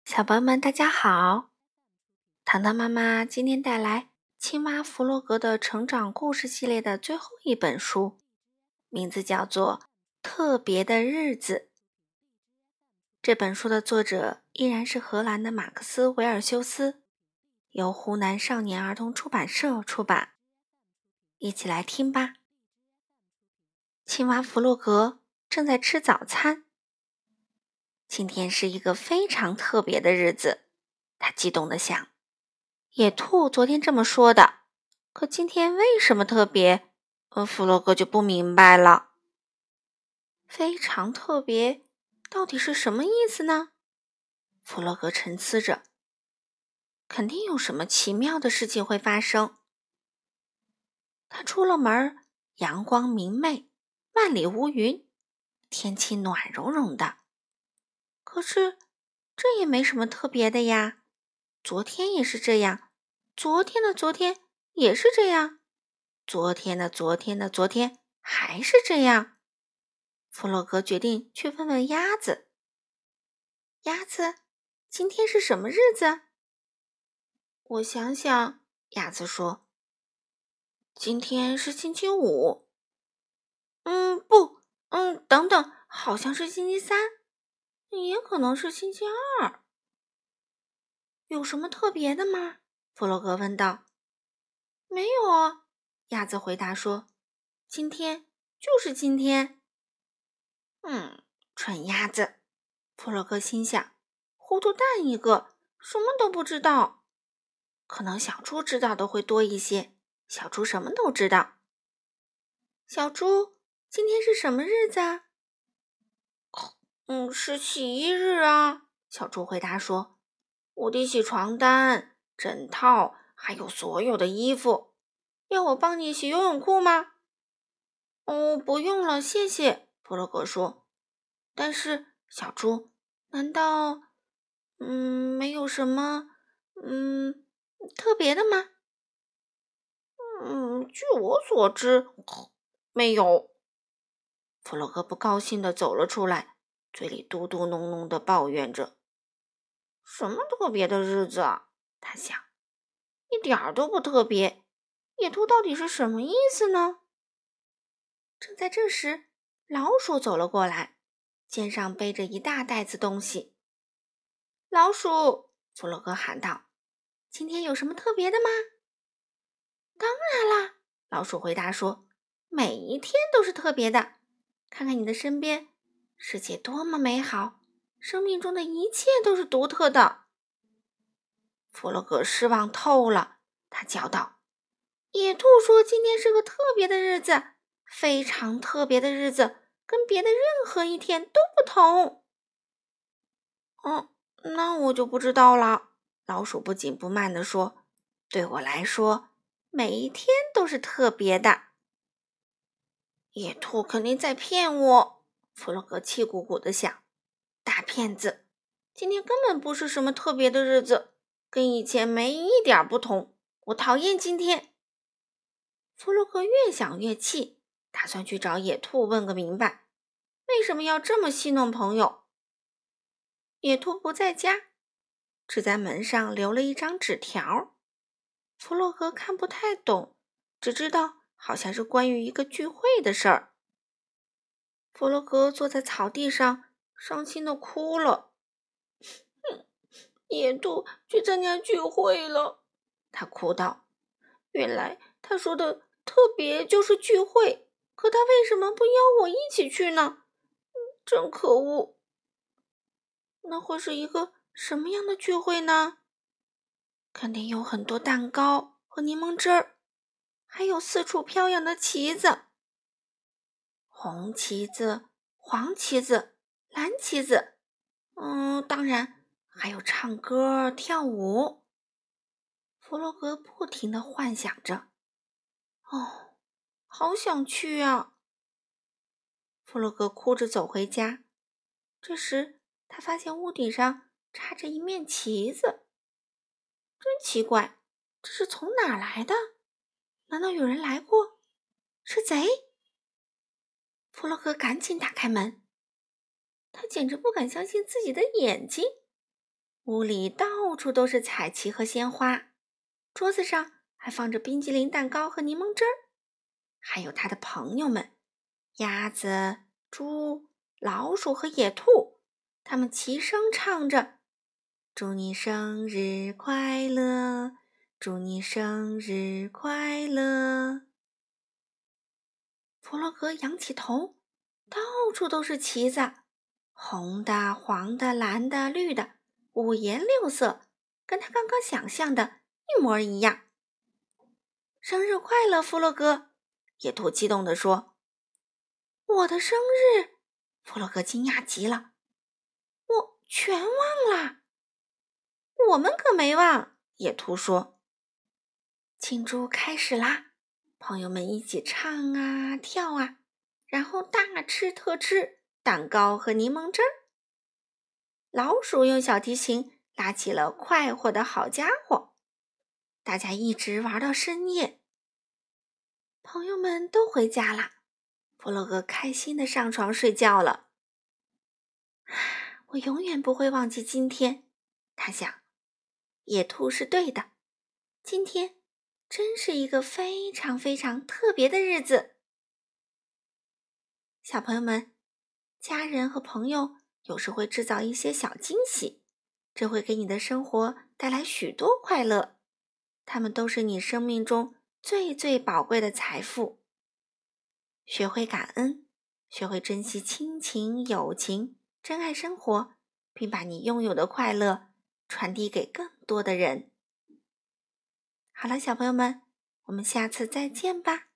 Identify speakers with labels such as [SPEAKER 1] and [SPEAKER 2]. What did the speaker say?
[SPEAKER 1] 小朋友们，大家好！糖糖妈妈今天带来青蛙弗洛格的成长故事系列的最后一本书，名字叫做《特别的日子》。这本书的作者依然是荷兰的马克思·维尔修斯，由湖南少年儿童出版社出版。一起来听吧。青蛙弗洛格正在吃早餐。今天是一个非常特别的日子，他激动地想。野兔昨天这么说的，可今天为什么特别？弗洛格就不明白了。非常特别，到底是什么意思呢？弗洛格沉思着，肯定有什么奇妙的事情会发生。他出了门，阳光明媚，万里无云，天气暖融融的。可是这也没什么特别的呀，昨天也是这样，昨天的昨天也是这样，昨天的昨天的昨天还是这样。弗洛格决定去问问鸭子。鸭子，今天是什么日子？我想想，鸭子说，今天是星期五。不，等等，好像是星期三，也可能是星期二。有什么特别的吗？弗洛格问道。没有啊，鸭子回答说，今天就是今天。蠢鸭子，弗洛格心想，糊涂蛋一个，什么都不知道。可能小猪知道的会多一些，小猪什么都知道。小猪，今天是什么日子啊？是洗衣日啊，小猪回答说，我得洗床单、枕套，还有所有的衣服。要我帮你洗游泳裤吗？不用了，谢谢，弗洛格说。但是小猪，难道没有什么特别的吗？据我所知，没有。弗洛格不高兴地走了出来，嘴里嘟嘟哝哝地抱怨着。什么特别的日子啊？他想，一点儿都不特别。野兔到底是什么意思呢？正在这时，老鼠走了过来，肩上背着一大袋子东西。老鼠，弗洛格喊道，今天有什么特别的吗？当然啦，老鼠回答说，每一天都是特别的。看看你的身边，世界多么美好，生命中的一切都是独特的。弗洛格失望透了，他叫道，野兔说今天是个特别的日子，非常特别的日子，跟别的任何一天都不同。那我就不知道了，老鼠不紧不慢地说，对我来说，每一天都是特别的。野兔肯定在骗我，弗洛格气鼓鼓地想，大骗子，今天根本不是什么特别的日子，跟以前没一点不同，我讨厌今天。弗洛格越想越气，打算去找野兔问个明白，为什么要这么戏弄朋友。野兔不在家，只在门上留了一张纸条。弗洛格看不太懂，只知道好像是关于一个聚会的事儿。弗洛格坐在草地上，伤心地哭了。野兔去参加聚会了，他哭道。原来他说的特别就是聚会，可他为什么不邀我一起去呢？真可恶！那会是一个什么样的聚会呢？肯定有很多蛋糕和柠檬汁儿，还有四处飘扬的旗子，红旗子、黄旗子、蓝旗子，当然还有唱歌跳舞。弗洛格不停地幻想着，好想去啊！弗洛格哭着走回家，这时他发现屋顶上插着一面旗子，真奇怪，这是从哪儿来的？难道有人来过？是贼？弗洛格赶紧打开门，他简直不敢相信自己的眼睛。 屋里到处都是彩旗和鲜花，桌子上还放着冰激凌蛋糕和柠檬汁儿，还有他的朋友们，鸭子、猪、老鼠和野兔，他们齐声唱着：祝你生日快乐，祝你生日快乐。弗洛格仰起头，到处都是旗子，红的、黄的、蓝的、绿的，五颜六色，跟他刚刚想象的一模一样。生日快乐，弗洛格！野兔激动地说。我的生日？弗洛格惊讶极了。我全忘了。我们可没忘，野兔说。庆祝开始啦！朋友们一起唱啊跳啊，然后大吃特吃蛋糕和柠檬汁儿。老鼠用小提琴拉起了快活的好家伙，大家一直玩到深夜。朋友们都回家啦，弗洛格开心地上床睡觉了。我永远不会忘记今天，他想。野兔是对的，今天真是一个非常非常特别的日子。小朋友们，家人和朋友有时会制造一些小惊喜，这会给你的生活带来许多快乐。他们都是你生命中最最宝贵的财富。学会感恩，学会珍惜亲情、友情，珍爱生活，并把你拥有的快乐传递给更多的人。好了，小朋友们，我们下次再见吧。